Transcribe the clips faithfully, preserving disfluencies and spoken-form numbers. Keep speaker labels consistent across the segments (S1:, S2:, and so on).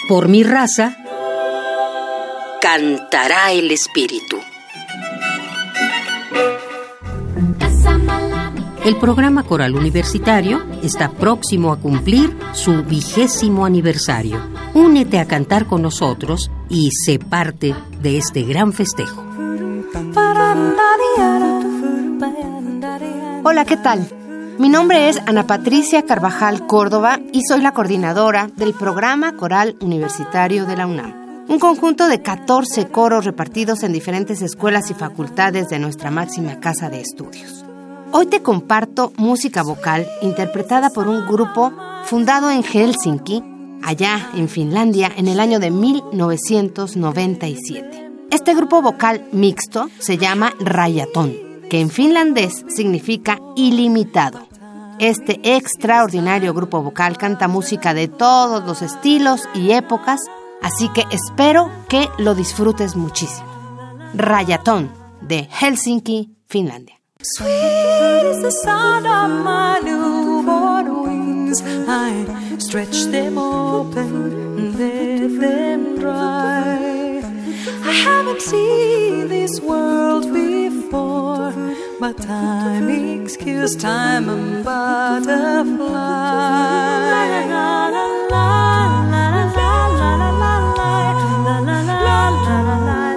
S1: Por mi raza, cantará el espíritu. El programa coral universitario está próximo a cumplir su vigésimo aniversario. Únete a cantar con nosotros y sé parte de este gran festejo.
S2: Hola, ¿qué tal? Mi nombre es Ana Patricia Carvajal Córdoba y soy la coordinadora del programa coral universitario de la UNAM. Un conjunto de catorce coros repartidos en diferentes escuelas y facultades de nuestra máxima casa de estudios. Hoy te comparto música vocal interpretada por un grupo fundado en Helsinki, allá en Finlandia, en el año de mil novecientos noventa y siete. Este grupo vocal mixto se llama Rajaton, que en finlandés significa ilimitado. Este extraordinario grupo vocal canta música de todos los estilos y épocas, así que espero que lo disfrutes muchísimo. Rajaton, de Helsinki, Finlandia.
S3: Sweet is the sound of my newborn wings. I stretch them open and let them dry. I haven't seen this world before, but time excuse time and butterfly. La la la la la la la la la la la la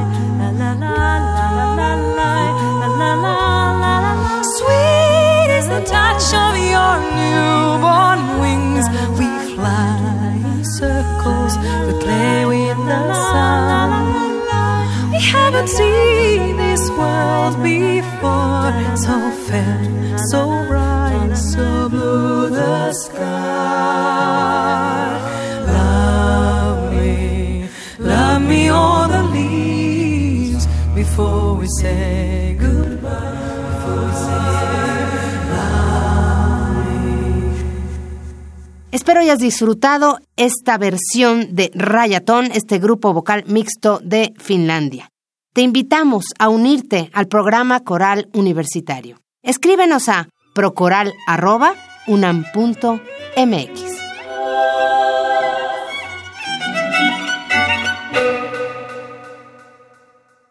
S3: la. Sweet is the touch of your newborn wings. We fly in circles, we play with the sun. We haven't seen this world before, so fair, so bright, so blue the sky. Love me, love me all the leaves before we say goodbye, before we say love me.
S2: Espero hayas disfrutado esta versión de Rajaton, este grupo vocal mixto de Finlandia. Te invitamos a unirte al programa coral universitario. Escríbenos a procoral arroba unam punto mx.